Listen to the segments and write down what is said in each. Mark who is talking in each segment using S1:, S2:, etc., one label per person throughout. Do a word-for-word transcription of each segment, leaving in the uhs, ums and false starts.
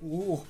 S1: おお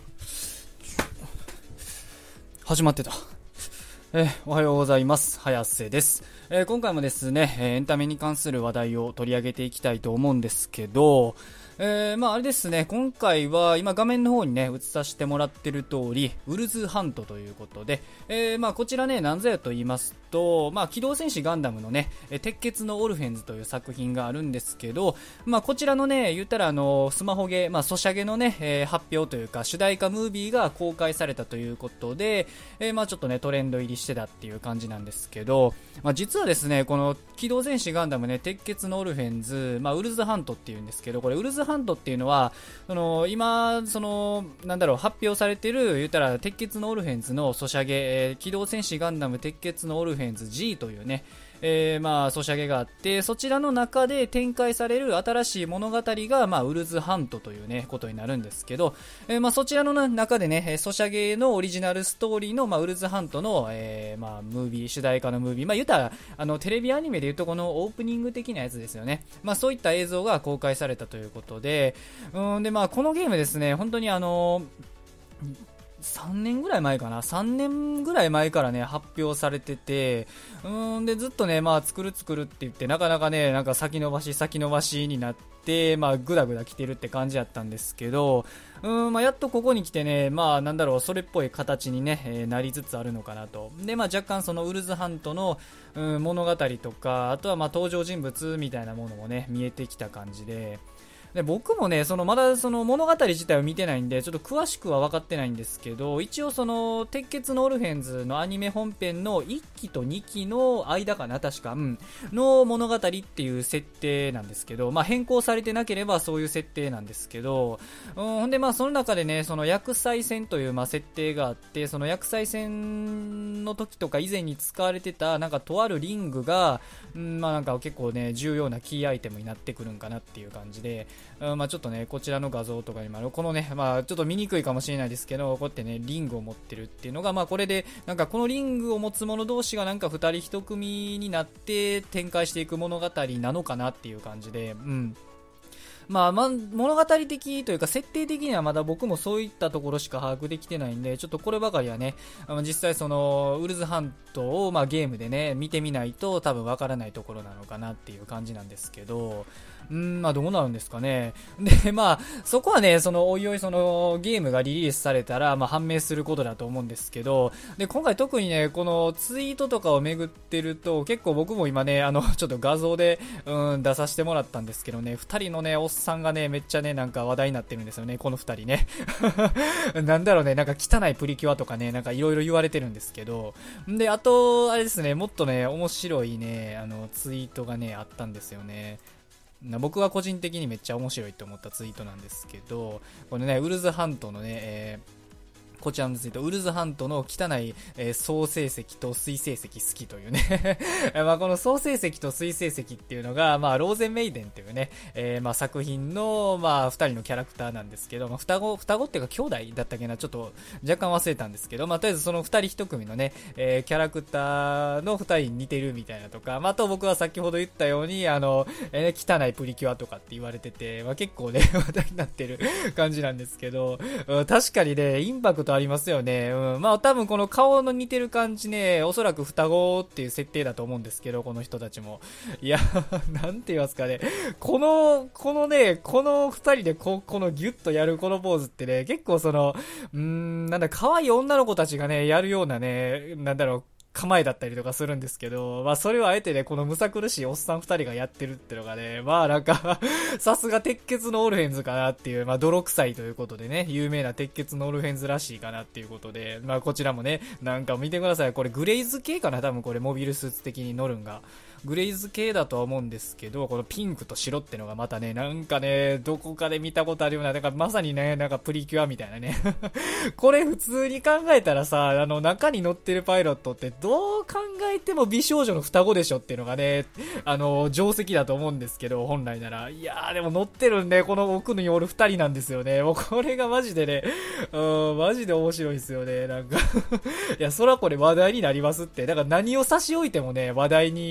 S1: 始まってた。えー、おはようございます。早瀬です。えー、今回もですね、エンタメに関する話題を取り上げていきたいと思うんですけど、えー、まああれですね、今回は今画面の方にね映させてもらってる通りウルズハントということで、えー、まあこちらね何ぞやと言いますと、まあ機動戦士ガンダムのね鉄血のオルフェンズという作品があるんですけど、まあこちらのね言ったらあのスマホゲー、まあソシャゲのね、えー、発表というか主題歌ムービーが公開されたということで、えー、まあちょっとねトレンド入りしてたっていう感じなんですけど、まあ実はですねこの機動戦士ガンダムね鉄血のオルフェンズ、まあウルズハントっていうんですけど、これウルズハントっていうのはその今そのなんだろう発表されてる言ったら鉄血のオルフェンズのソシャゲ、えー、機動戦士ガンダム鉄血のオルフェンズ G というね、えー、まあソシャゲがあって、そちらの中で展開される新しい物語が、まあ、ウルズハントというねことになるんですけど、えー、まあそちらの中でねソシャゲのオリジナルストーリーの、まあ、ウルズハントの、えー、まあムービー主題歌のムービー、まあ言ったらあのテレビアニメでいうとこのオープニング的なやつですよね。まあそういった映像が公開されたということで、うんでまあこのゲームですね本当にあのさんねんぐらい前かなさんねんぐらい前からね発表されてて、うーんでずっとねまあ作る作るって言ってなかなかねなんか先延ばし先延ばしになってまあグダグダ来てるって感じやったんですけど、うーんまあやっとここに来てねまあなんだろうそれっぽい形にね、えー、なりつつあるのかなと。でまあ若干そのウルズハントの、うん、物語とかあとはまあ登場人物みたいなものもね見えてきた感じで、で僕もねそのまだその物語自体を見てないんでちょっと詳しくは分かってないんですけど、一応その鉄血のオルフェンズのアニメ本編のいっきとにきの間かな確か、うん、の物語っていう設定なんですけど、まあ変更されてなければそういう設定なんですけど、うん、ほんでまあその中でねその薬剤戦というまあ設定があって、その薬剤戦の時とか以前に使われてたなんかとあるリングが、うん、まあなんか結構ね重要なキーアイテムになってくるんかなっていう感じで、うんまあ、ちょっとねこちらの画像とかにもあるこのね、まあ、ちょっと見にくいかもしれないですけど、こうやってねリングを持ってるっていうのが、まあ、これでなんかこのリングを持つ者同士がなんかふたりひと組になって展開していく物語なのかなっていう感じで、うんまあ、ま、物語的というか設定的にはまだ僕もそういったところしか把握できてないんで、ちょっとこればかりはねあの実際そのウルズハントをまあゲームでね見てみないと多分わからないところなのかなっていう感じなんですけど、うんまあどうなるんですかね。でまあそこはねそのおいおいそのゲームがリリースされたらまあ判明することだと思うんですけど、で今回特にねこのツイートとかを巡ってると結構僕も今ねあのちょっと画像でうん出させてもらったんですけどね、ふたりのねおっさんがねめっちゃねなんか話題になってるんですよねこのふたりねなんだろうねなんか汚いプリキュアとかねなんかいろいろ言われてるんですけど、であとあれですねもっとね面白いねあのツイートがねあったんですよね。僕は個人的にめっちゃ面白いと思ったツイートなんですけど、このねウルズハントのね、えーこちらのツイート、ウルズハントの汚い、えー、総成績と水成績好きというねまあこの総成績と水成績っていうのが、まあローゼンメイデンっていうね、えー、まあ作品の、まあ二人のキャラクターなんですけど、まあ双子、双子っていうか兄弟だったっけな、ちょっと若干忘れたんですけど、まあとりあえずその二人一組のね、えー、キャラクターの二人に似てるみたいなとか、まああと僕は先ほど言ったように、あの、えー、汚いプリキュアとかって言われてて、まあ結構ね、話題になってる感じなんですけど、うん、確かにね、インパクトありますよね。うん。まあ多分この顔の似てる感じね、おそらく双子っていう設定だと思うんですけど、この人たちも。いや、なんて言いますかね。この、このね、この二人でこ、このギュッとやるこのポーズってね、結構その、うーん、なんだ、可愛い女の子たちがね、やるようなね、なんだろう、構えだったりとかするんですけど、まあそれをあえてね、このむさ苦しいおっさん二人がやってるってのがね、まあなんかさすが鉄血のオルフェンズかなっていう、まあ泥臭いということでね、有名な鉄血のオルフェンズらしいかなっていうことで、まあこちらもね、なんか見てください。これグレイズ系かな多分これモビルスーツ的に乗るんが。グレイズ系だとは思うんですけど、このピンクと白ってのがまたね、なんかね、どこかで見たことあるような、だからまさにね、なんかプリキュアみたいなね。これ普通に考えたらさ、あの中に乗ってるパイロットってどう考えても美少女の双子でしょっていうのがね、あの、定石だと思うんですけど、本来なら。いやーでも乗ってるんで、この奥におる二人なんですよね。もうこれがマジでね、うん、マジで面白いですよね、なんか。いや、そらこれ話題になりますって。だから何を差し置いてもね、話題に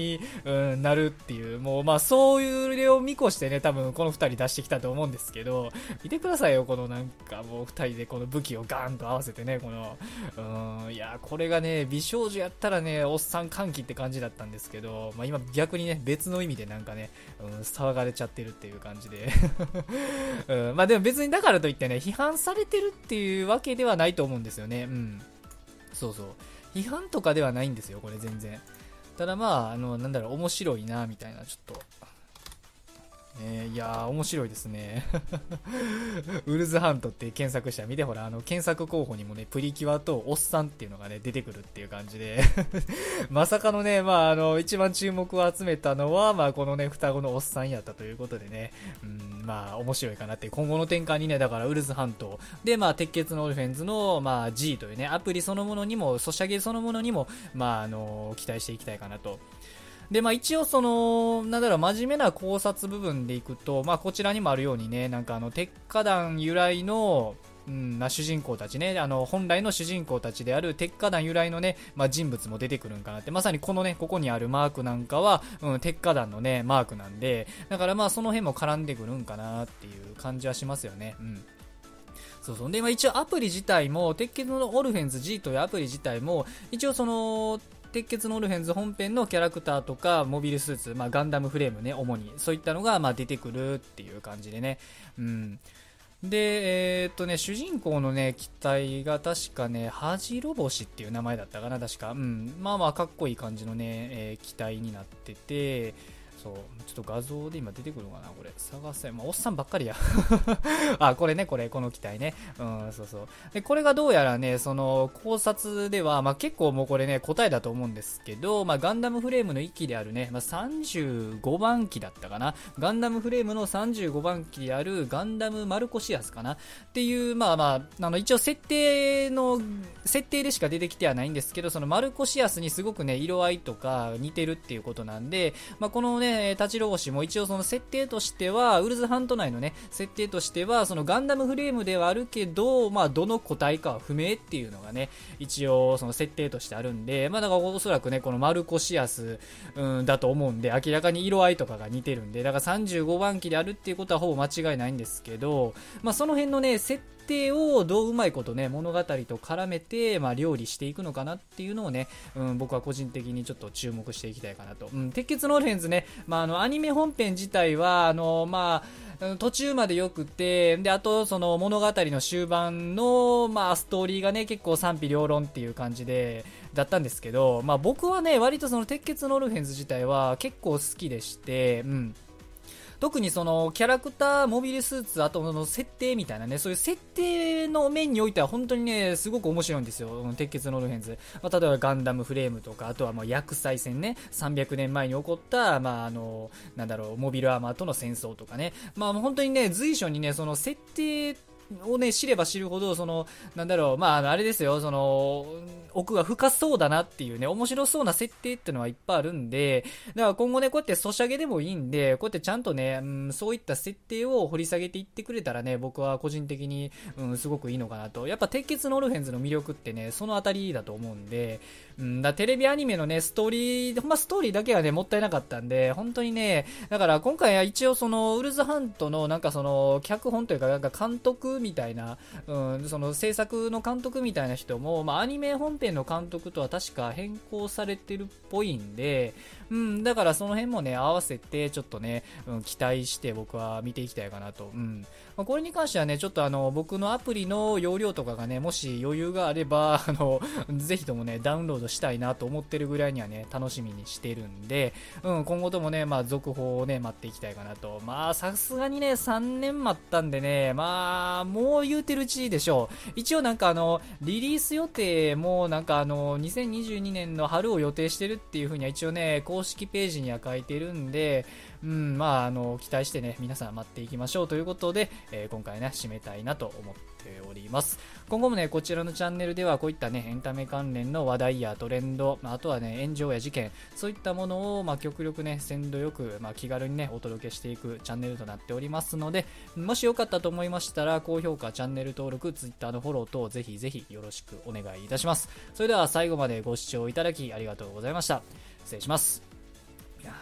S1: うん、なるっていう、もうまあそういう例を見越してね、多分この二人出してきたと思うんですけど、見てくださいよ、このなんかもう二人でこの武器をガーンと合わせてね、この、うん、いや、これがね、美少女やったらね、おっさん歓喜って感じだったんですけど、まあ今逆にね、別の意味でなんかね、うん、騒がれちゃってるっていう感じで、うん、まあでも別にだからといってね、批判されてるっていうわけではないと思うんですよね。うん。そうそう。批判とかではないんですよ、これ全然。ただまあ、あの、なんだろう、面白いな、みたいな、ちょっと。えー、いやー、面白いですね。ウルズハントって検索したら見てほら、あの、検索候補にもね、プリキュアとおっさんっていうのがね、出てくるっていう感じで。まさかのね、まあ、あの、一番注目を集めたのは、まあ、このね、双子のおっさんやったということでね、うん、まあ、面白いかなって、今後の展開にね、だから、ウルズハント、で、まあ、鉄血のオルフェンズの、まあ、G というね、アプリそのものにも、ソシャゲそのものにも、まあ、あの、期待していきたいかなと。で、まあ一応その、なんだろう、真面目な考察部分でいくと、まあこちらにもあるようにね、なんかあの、鉄火団由来の、うん、まあ主人公たちね、あの、本来の主人公たちである鉄火団由来のね、まあ人物も出てくるんかなって、まさにこのね、ここにあるマークなんかは、うん、鉄火団のね、マークなんで、だからまあその辺も絡んでくるんかなっていう感じはしますよね。うん。そうそう。で、まあ一応アプリ自体も、鉄血のオルフェンズ G というアプリ自体も、一応その、鉄血のオルフェンズ本編のキャラクターとかモビルスーツ、まあ、ガンダムフレームね、主にそういったのがまあ出てくるっていう感じでね、うん。で、えー、っとね、主人公のね、機体が確かね、ハジロボシっていう名前だったかな、確か。うん。まあまあ、かっこいい感じのね、えー、機体になってて、そう、ちょっと画像で今出てくるのかな、これ。探せ。まあ、おっさんばっかりや。あ、これね、これ、この機体ね。うん、そうそう。で、これがどうやらね、その、考察では、まあ結構もうこれね、答えだと思うんですけど、まあガンダムフレームのいっきであるね、まあさんじゅうごばん機だったかな。ガンダムフレームのさんじゅうごばん機であるガンダムマルコシアスかな。っていう、まあまあ、あの、一応設定の、設定でしか出てきてはないんですけど、そのマルコシアスにすごくね、色合いとか似てるっていうことなんで、まあこのね、立ちロボシも一応その設定としては、ウルズハント内のね、設定としては、そのガンダムフレームではあるけど、まあどの個体かは不明っていうのがね、一応その設定としてあるんで、まあだからおそらくね、このマルコシアス、うん、だと思うんで、明らかに色合いとかが似てるんで、だからさんじゅうごばん機であるっていうことはほぼ間違いないんですけど、まあその辺のね、設定をどううまいことね、物語と絡めて、まあ料理していくのかなっていうのをね、うん、僕は個人的にちょっと注目していきたいかなと。うん、鉄血のオルフェンズね、まああの、アニメ本編自体は、あの、まあ、途中まで良くて、で、あと、その物語の終盤の、まあ、ストーリーがね、結構賛否両論っていう感じで、だったんですけど、まあ僕はね、割とその鉄血のオルフェンズ自体は結構好きでして、うん。特にそのキャラクター、モビルスーツ、あとの設定みたいなね、そういう設定の面においては本当にね、すごく面白いんですよ。鉄血のオルフェンズ。まあ、例えばガンダムフレームとか、あとはまあ薬剤戦ね、さんびゃくねんまえに起こった、まああの、なんだろう、モビルアーマーとの戦争とかね。まあ本当にね、随所にね、その設定をね、知れば知るほど、その、なんだろう、まあ、あれですよ、その、奥が深そうだなっていうね、面白そうな設定ってのはいっぱいあるんで、だから今後ね、こうやってソシャゲでもいいんで、こうやってちゃんとね、うん、そういった設定を掘り下げていってくれたらね、僕は個人的に、うん、すごくいいのかなと。やっぱ、鉄血のオルフェンズの魅力ってね、そのあたりだと思うんで、うん、だテレビアニメのね、ストーリー、ほんまストーリーだけはね、もったいなかったんで、本当にね、だから今回は一応その、ウルズハントのなんかその、脚本というか、なんか監督みたいな、うん、その制作の監督みたいな人も、まあアニメ本編の監督とは確か変更されてるっぽいんで、うん、だからその辺もね、合わせて、ちょっとね、うん、期待して僕は見ていきたいかなと。うん。まあ、これに関してはね、ちょっとあの、僕のアプリの容量とかがね、もし余裕があれば、あの、ぜひともね、ダウンロードしたいなと思ってるぐらいにはね、楽しみにしてるんで、うん、今後ともね、まあ、続報をね、待っていきたいかなと。まあ、さすがにね、さんねん待ったんでね、まあ、もう言うてるうちでしょう。一応なんかあの、リリース予定もなんかあの、にせんにじゅうにねんの春を予定してるっていう風には一応ね、公式ページには書いてるんで、うん、まあ、あの、期待してね、皆さん待っていきましょうということで、えー、今回ね、締めたいなと思っております。今後もね、こちらのチャンネルではこういったね、エンタメ関連の話題やトレンド、まあ、あとはね、炎上や事件、そういったものを、まあ、極力ね、鮮度よく、まあ、気軽にね、お届けしていくチャンネルとなっておりますので、もしよかったと思いましたら、高評価、チャンネル登録、Twitter のフォロー等、ぜひぜひよろしくお願いいたします。それでは最後までご視聴いただきありがとうございました。失礼します。いや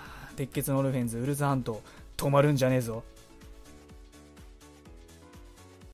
S1: 鉄血のオルフェンズウルズハント止まるんじゃねえぞ